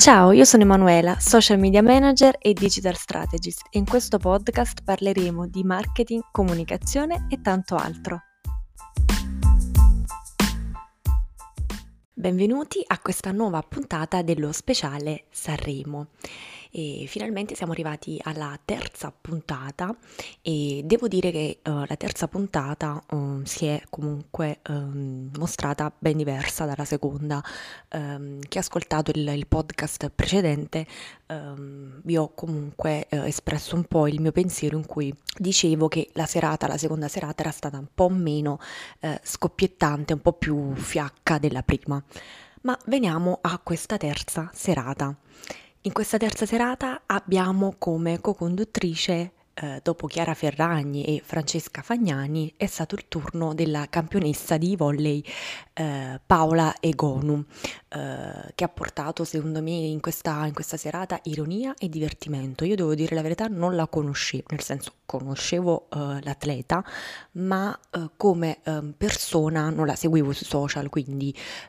Ciao, io sono Emanuela, social media manager e digital strategist e in questo podcast parleremo di marketing, comunicazione e tanto altro. Benvenuti a questa nuova puntata dello speciale Sanremo. E finalmente siamo arrivati alla terza puntata e devo dire che la terza puntata si è comunque mostrata ben diversa dalla seconda. Chi ha ascoltato il podcast precedente vi ho comunque espresso un po' il mio pensiero in cui dicevo che la seconda serata era stata un po' meno scoppiettante, un po' più fiacca della prima. Ma veniamo a questa terza serata. In questa terza serata abbiamo come co-conduttrice, dopo Chiara Ferragni e Francesca Fagnani, è stato il turno della campionessa di volley Paola Egonu, che ha portato secondo me in questa serata ironia e divertimento. Io devo dire la verità, non la conoscevo, nel senso conoscevo l'atleta, ma come persona non la seguivo sui social, quindi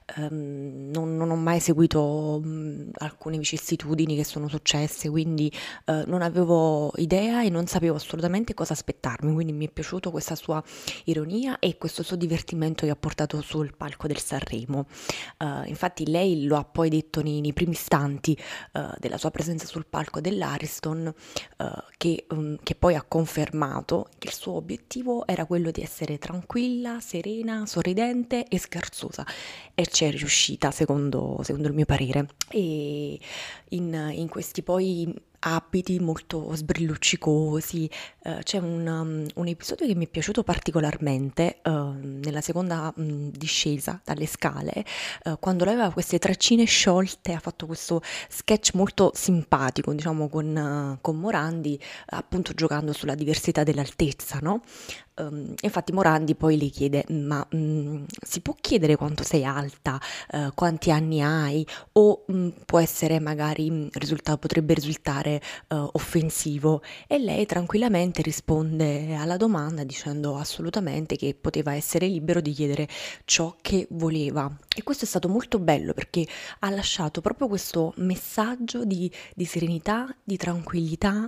non ho mai seguito alcune vicissitudini che sono successe, quindi non avevo idea e non sapevo assolutamente cosa aspettarmi, quindi mi è piaciuto questa sua ironia e questo suo divertimento che ha portato sul palco del Sanremo. Infatti lei lo ha poi detto nei primi istanti della sua presenza sul palco dell'Ariston, che poi ha confermato che il suo obiettivo era quello di essere tranquilla, serena, sorridente e scherzosa, e c'è riuscita secondo il mio parere. E in questi poi abiti molto sbrilluccicosi, c'è un episodio che mi è piaciuto particolarmente nella seconda discesa dalle scale, quando lei aveva queste treccine sciolte, ha fatto questo sketch molto simpatico, diciamo, con Morandi, appunto giocando sulla diversità dell'altezza, no? Infatti Morandi poi le chiede: ma si può chiedere quanto sei alta, quanti anni hai, o può essere magari potrebbe risultare offensivo? E lei tranquillamente risponde alla domanda dicendo assolutamente che poteva essere libero di chiedere ciò che voleva. E questo è stato molto bello perché ha lasciato proprio questo messaggio di serenità, di tranquillità.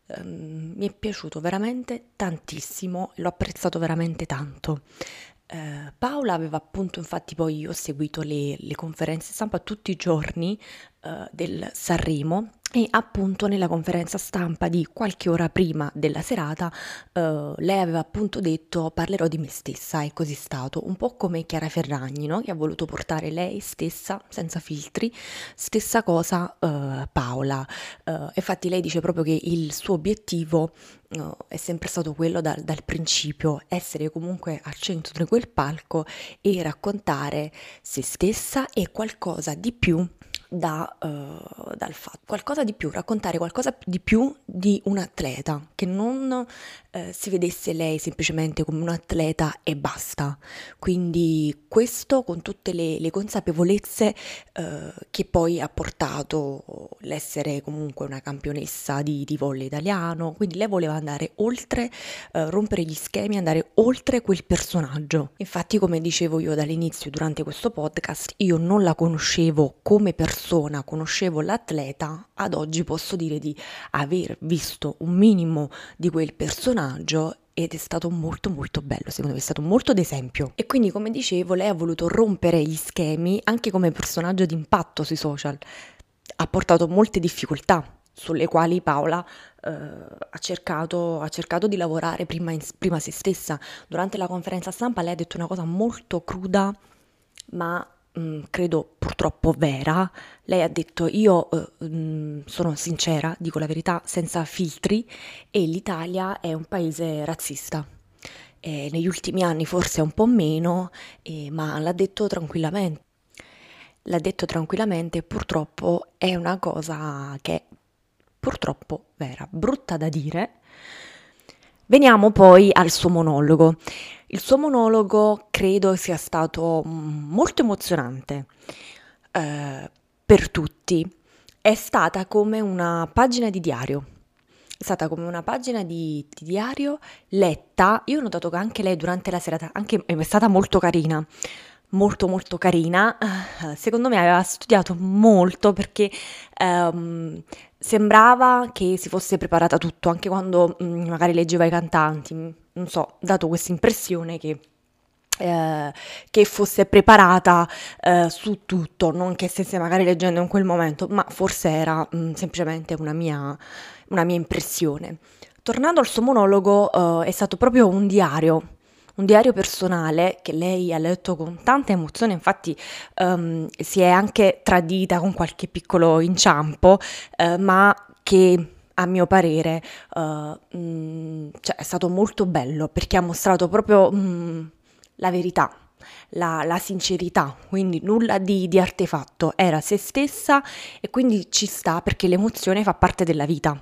Mi è piaciuto veramente tantissimo, l'ho apprezzato veramente tanto. Paola aveva appunto, infatti poi io ho seguito le conferenze stampa tutti i giorni del Sanremo, e appunto nella conferenza stampa di qualche ora prima della serata lei aveva appunto detto: parlerò di me stessa, e così è stato, un po' come Chiara Ferragni, no? Che ha voluto portare lei stessa senza filtri. Stessa cosa Paola. Infatti lei dice proprio che il suo obiettivo è sempre stato quello dal principio, essere comunque al centro di quel palco e raccontare se stessa e qualcosa di più dal fatto, qualcosa di più, raccontare qualcosa di più di un atleta, che non si vedesse lei semplicemente come un atleta e basta. Quindi questo con tutte le consapevolezze che poi ha portato l'essere comunque una campionessa di volley italiano. Quindi lei voleva andare oltre, rompere gli schemi, andare oltre quel personaggio. Infatti, come dicevo io dall'inizio durante questo podcast, io non la conoscevo come persona, conoscevo l'atleta. Ad oggi posso dire di aver visto un minimo di quel personaggio ed è stato molto molto bello, secondo me è stato molto d'esempio. E quindi, come dicevo, lei ha voluto rompere gli schemi anche come personaggio d'impatto sui social. Ha portato molte difficoltà sulle quali Paola ha cercato di lavorare prima se stessa. Durante la conferenza stampa lei ha detto una cosa molto cruda, ma credo purtroppo vera. Lei ha detto: io sono sincera, dico la verità senza filtri, e l'Italia è un paese razzista. Negli ultimi anni forse un po' meno, ma l'ha detto tranquillamente. L'ha detto tranquillamente, purtroppo è una cosa che è purtroppo vera, brutta da dire. Veniamo poi al suo monologo. Il suo monologo credo sia stato molto emozionante per tutti. È stata come una pagina di diario. È stata come una pagina di diario letta. Io ho notato che anche lei durante la serata è stata molto carina. molto molto carina. Secondo me aveva studiato molto perché sembrava che si fosse preparata tutto, anche quando magari leggeva i cantanti, non so, dato questa impressione che fosse preparata su tutto, non che stesse magari leggendo in quel momento, ma forse era semplicemente una mia impressione. Tornando al suo monologo, è stato proprio un diario personale che lei ha letto con tanta emozione, infatti si è anche tradita con qualche piccolo inciampo, ma che a mio parere cioè, è stato molto bello perché ha mostrato proprio la verità, la sincerità, quindi nulla di artefatto, era se stessa e quindi ci sta perché l'emozione fa parte della vita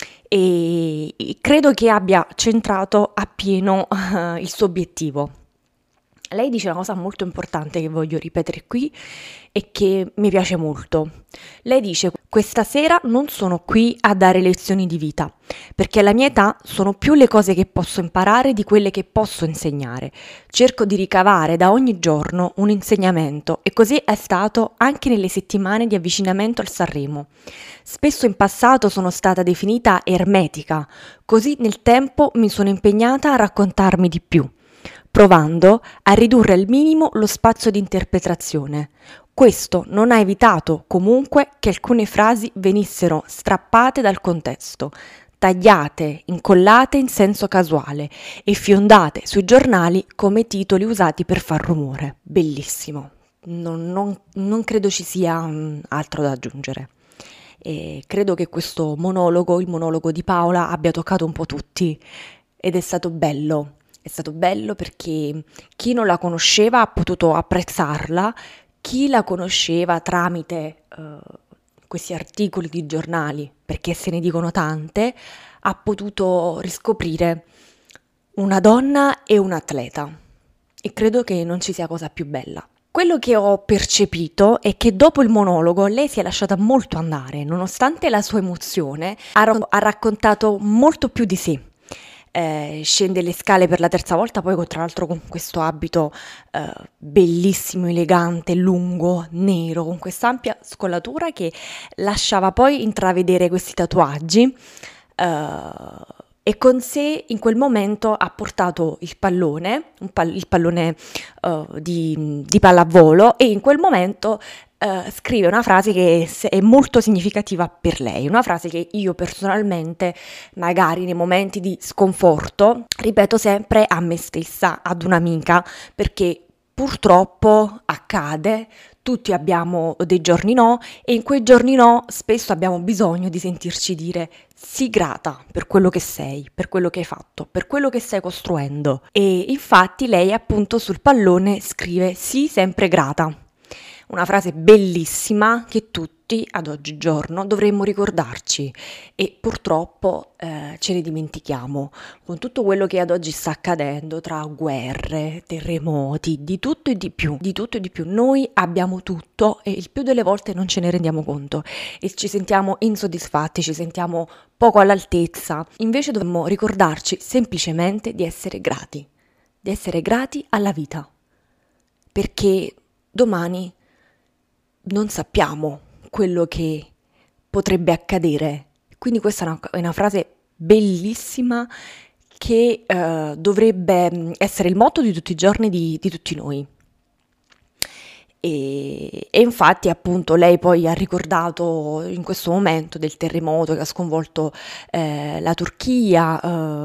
e credo che abbia centrato appieno il suo obiettivo. Lei dice una cosa molto importante che voglio ripetere qui e che mi piace molto. Lei dice: questa sera non sono qui a dare lezioni di vita, perché alla mia età sono più le cose che posso imparare di quelle che posso insegnare. Cerco di ricavare da ogni giorno un insegnamento e così è stato anche nelle settimane di avvicinamento al Sanremo. Spesso in passato sono stata definita ermetica, così nel tempo mi sono impegnata a raccontarmi di più, provando a ridurre al minimo lo spazio di interpretazione. Questo non ha evitato comunque che alcune frasi venissero strappate dal contesto, tagliate, incollate in senso casuale e fiondate sui giornali come titoli usati per far rumore. Bellissimo. Non credo ci sia altro da aggiungere. E credo che questo monologo, il monologo di Paola, abbia toccato un po' tutti ed è stato bello. È stato bello perché chi non la conosceva ha potuto apprezzarla, chi la conosceva tramite questi articoli di giornali, perché se ne dicono tante, ha potuto riscoprire una donna e un atleta. E credo che non ci sia cosa più bella. Quello che ho percepito è che dopo il monologo lei si è lasciata molto andare, nonostante la sua emozione, ha raccontato molto più di sé. Scende le scale per la terza volta, poi tra l'altro con questo abito bellissimo, elegante, lungo, nero, con quest'ampia scollatura che lasciava poi intravedere questi tatuaggi. E con sé in quel momento ha portato il pallone, il pallone di pallavolo, e in quel momento scrive una frase che è molto significativa per lei, una frase che io personalmente, magari nei momenti di sconforto, ripeto sempre a me stessa, ad un'amica, perché purtroppo accade, tutti abbiamo dei giorni no e in quei giorni no spesso abbiamo bisogno di sentirci dire sii grata per quello che sei, per quello che hai fatto, per quello che stai costruendo. E infatti lei appunto sul pallone scrive sii sempre grata. Una frase bellissima che tutti ad oggigiorno dovremmo ricordarci e purtroppo ce ne dimentichiamo con tutto quello che ad oggi sta accadendo tra guerre, terremoti, di tutto e di più, di tutto e di più. Noi abbiamo tutto e il più delle volte non ce ne rendiamo conto e ci sentiamo insoddisfatti, ci sentiamo poco all'altezza. Invece dovremmo ricordarci semplicemente di essere grati alla vita, perché domani non sappiamo quello che potrebbe accadere. Quindi questa è una frase bellissima che dovrebbe essere il motto di tutti i giorni di tutti noi. E infatti appunto lei poi ha ricordato in questo momento del terremoto che ha sconvolto la Turchia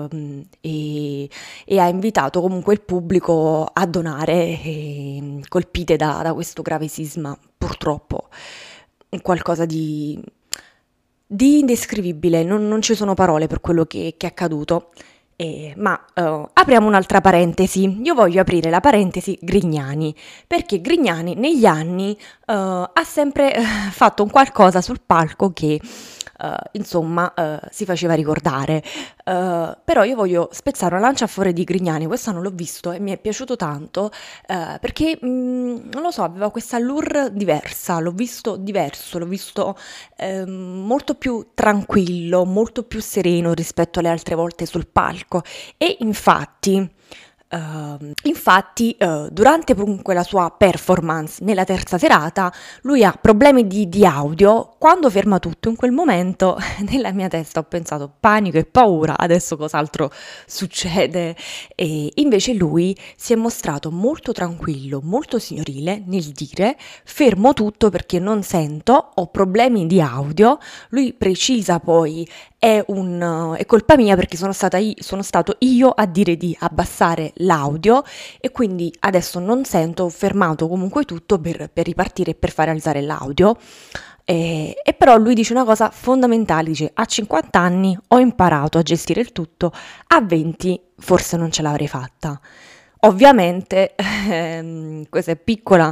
e ha invitato comunque il pubblico a donare colpite da questo grave sisma, purtroppo qualcosa di indescrivibile, non ci sono parole per quello che è accaduto. Ma apriamo un'altra parentesi. Io voglio aprire la parentesi Grignani, perché Grignani negli anni ha sempre fatto un qualcosa sul palco che insomma si faceva ricordare. Però io voglio spezzare una lancia a favore di Grignani. Quest'anno l'ho visto e mi è piaciuto tanto perché non lo so, aveva questa allure diversa, l'ho visto diverso, l'ho visto molto più tranquillo, molto più sereno rispetto alle altre volte sul palco e infatti Infatti, durante comunque la sua performance nella terza serata, lui ha problemi di audio. Quando ferma tutto, in quel momento nella mia testa ho pensato panico e paura, adesso cos'altro succede? E invece lui si è mostrato molto tranquillo, molto signorile nel dire fermo tutto perché non sento, ho problemi di audio. Lui precisa poi è colpa mia perché sono stato io a dire di abbassare l'audio e quindi adesso non sento, ho fermato comunque tutto per ripartire e per fare alzare l'audio. E però lui dice una cosa fondamentale, dice a 50 anni ho imparato a gestire il tutto, a 20 forse non ce l'avrei fatta. Ovviamente questa è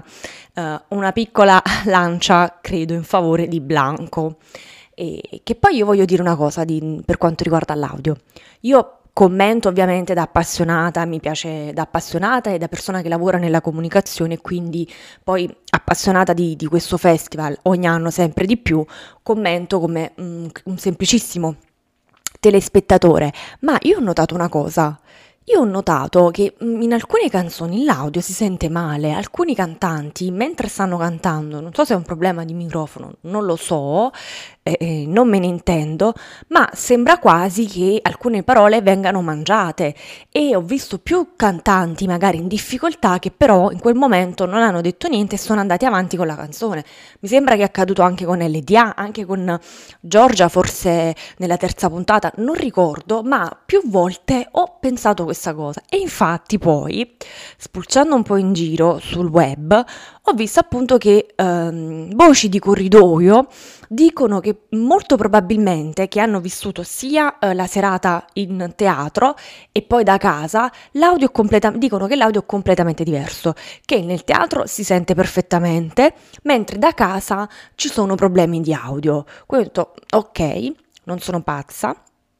una piccola lancia, credo, in favore di Blanco. E che poi io voglio dire una cosa per quanto riguarda l'audio. Io commento ovviamente da appassionata, mi piace da appassionata e da persona che lavora nella comunicazione, quindi poi appassionata di questo festival ogni anno sempre di più, commento come un semplicissimo telespettatore, ma io ho notato una cosa. Io ho notato che in alcune canzoni l'audio si sente male, alcuni cantanti mentre stanno cantando, non so se è un problema di microfono, non lo so, non me ne intendo, ma sembra quasi che alcune parole vengano mangiate e ho visto più cantanti magari in difficoltà che però in quel momento non hanno detto niente e sono andati avanti con la canzone. Mi sembra che è accaduto anche con LDA, anche con Giorgia, forse nella terza puntata, non ricordo, ma più volte ho pensato questa cosa e infatti poi, spulciando un po' in giro sul web, ho visto appunto che voci di corridoio dicono che molto probabilmente che hanno vissuto sia la serata in teatro e poi da casa, dicono che l'audio è completamente diverso, che nel teatro si sente perfettamente, mentre da casa ci sono problemi di audio. Quindi ho detto, ok, non sono pazza.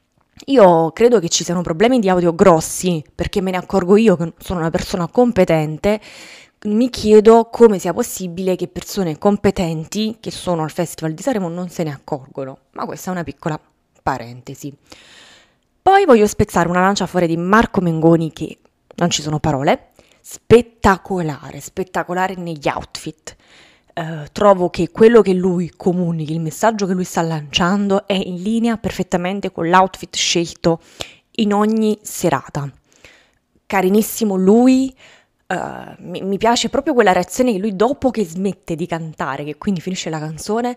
Io credo che ci siano problemi di audio grossi, perché me ne accorgo io che sono una persona competente. Mi chiedo come sia possibile che persone competenti che sono al Festival di Sanremo non se ne accorgono, ma questa è una piccola parentesi. Poi voglio spezzare una lancia fuori di Marco Mengoni che non ci sono parole, spettacolare, spettacolare negli outfit. Trovo che quello che lui comunichi, il messaggio che lui sta lanciando è in linea perfettamente con l'outfit scelto in ogni serata. Carinissimo lui, mi piace proprio quella reazione che lui dopo che smette di cantare, che quindi finisce la canzone,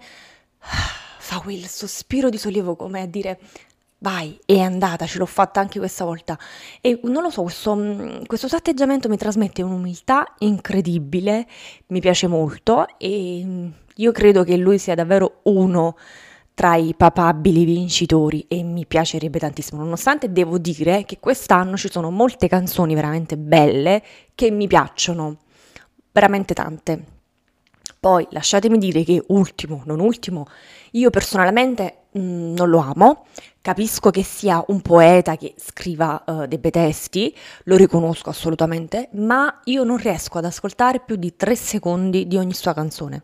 fa quel sospiro di sollievo come a dire vai, è andata, ce l'ho fatta anche questa volta. E non lo so, questo suo atteggiamento mi trasmette un'umiltà incredibile, mi piace molto e io credo che lui sia davvero uno tra i papabili vincitori e mi piacerebbe tantissimo, nonostante devo dire che quest'anno ci sono molte canzoni veramente belle che mi piacciono, veramente tante. Poi lasciatemi dire che ultimo, non ultimo, io personalmente non lo amo, capisco che sia un poeta che scriva dei bei testi, lo riconosco assolutamente, ma io non riesco ad ascoltare più di 3 secondi di ogni sua canzone.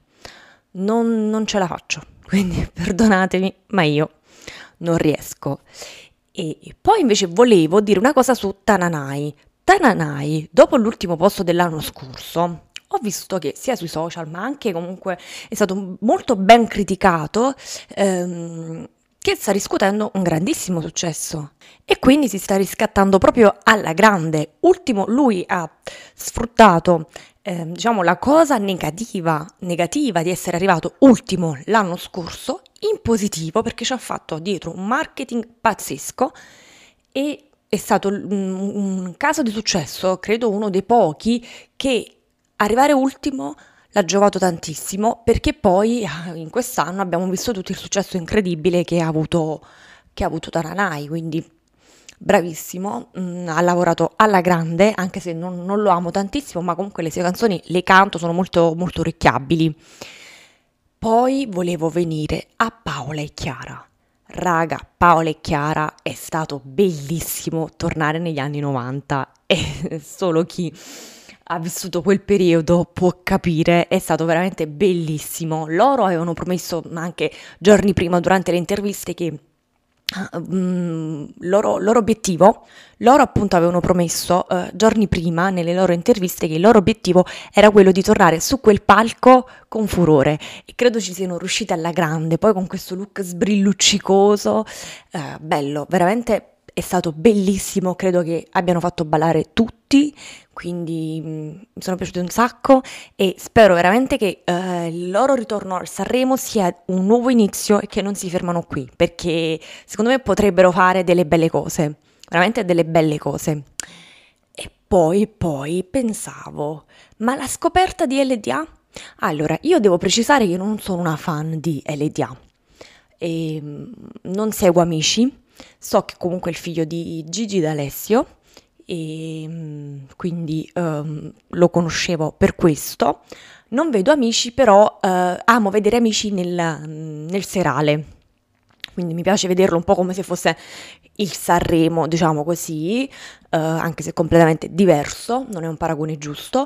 Non ce la faccio, quindi perdonatemi, ma io non riesco. E poi invece volevo dire una cosa su Tananai. Tananai, dopo l'ultimo posto dell'anno scorso, ho visto che sia sui social, ma anche comunque è stato molto ben criticato, che sta riscuotendo un grandissimo successo e quindi si sta riscattando proprio alla grande. Ultimo, lui ha sfruttato, diciamo, la cosa negativa di essere arrivato ultimo l'anno scorso in positivo perché ci ha fatto dietro un marketing pazzesco e è stato un caso di successo, credo uno dei pochi che arrivare ultimo l'ha giovato tantissimo perché poi in quest'anno abbiamo visto tutto il successo incredibile che ha avuto Tananai, quindi bravissimo, ha lavorato alla grande, anche se non lo amo tantissimo, ma comunque le sue canzoni le canto, sono molto, molto orecchiabili. Poi volevo venire a Paola e Chiara. Raga, Paola e Chiara è stato bellissimo tornare negli anni 90 e solo chi ha vissuto quel periodo può capire, è stato veramente bellissimo. Loro avevano promesso anche giorni prima durante le interviste che loro obiettivo, loro appunto avevano promesso giorni prima nelle loro interviste che il loro obiettivo era quello di tornare su quel palco con furore e credo ci siano riusciti alla grande, poi con questo look sbrilluccicoso, bello, veramente è stato bellissimo, credo che abbiano fatto ballare tutti, quindi mi sono piaciuti un sacco e spero veramente che il loro ritorno al Sanremo sia un nuovo inizio e che non si fermano qui, perché secondo me potrebbero fare delle belle cose, veramente delle belle cose. E poi pensavo, ma la scoperta di LDA? Allora, io devo precisare che non sono una fan di LDA e non seguo Amici, so che comunque è il figlio di Gigi D'Alessio e quindi lo conoscevo per questo. Non vedo Amici, però amo vedere Amici nel serale, quindi mi piace vederlo un po' come se fosse il Sanremo, diciamo così, anche se completamente diverso, non è un paragone giusto,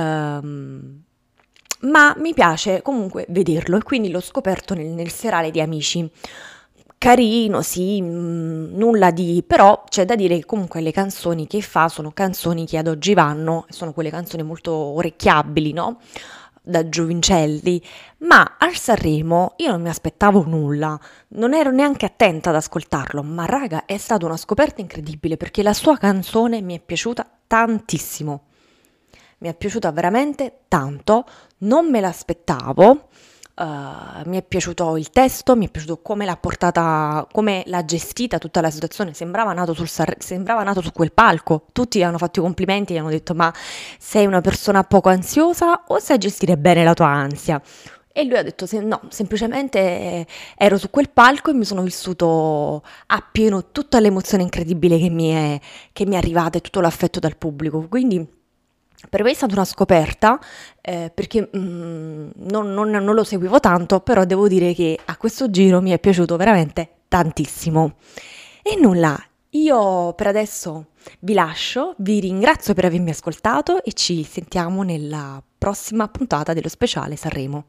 ma mi piace comunque vederlo e quindi l'ho scoperto nel serale di Amici. Carino, sì, nulla di... però c'è da dire che comunque le canzoni che fa sono canzoni che ad oggi vanno, sono quelle canzoni molto orecchiabili, no? Da giovincelli, ma al Sanremo io non mi aspettavo nulla, non ero neanche attenta ad ascoltarlo, ma raga, è stata una scoperta incredibile perché la sua canzone mi è piaciuta tantissimo. Mi è piaciuta veramente tanto, non me l'aspettavo, mi è piaciuto il testo, mi è piaciuto come l'ha portata, come l'ha gestita tutta la situazione, sembrava nato su quel palco, tutti gli hanno fatto i complimenti, gli hanno detto ma sei una persona poco ansiosa o sai gestire bene la tua ansia? E lui ha detto no, semplicemente ero su quel palco e mi sono vissuto appieno tutta l'emozione incredibile che mi è arrivata e tutto l'affetto dal pubblico, quindi... Per me è stata una scoperta perché non lo seguivo tanto, però devo dire che a questo giro mi è piaciuto veramente tantissimo. E nulla, io per adesso vi lascio, vi ringrazio per avermi ascoltato e ci sentiamo nella prossima puntata dello speciale Sanremo.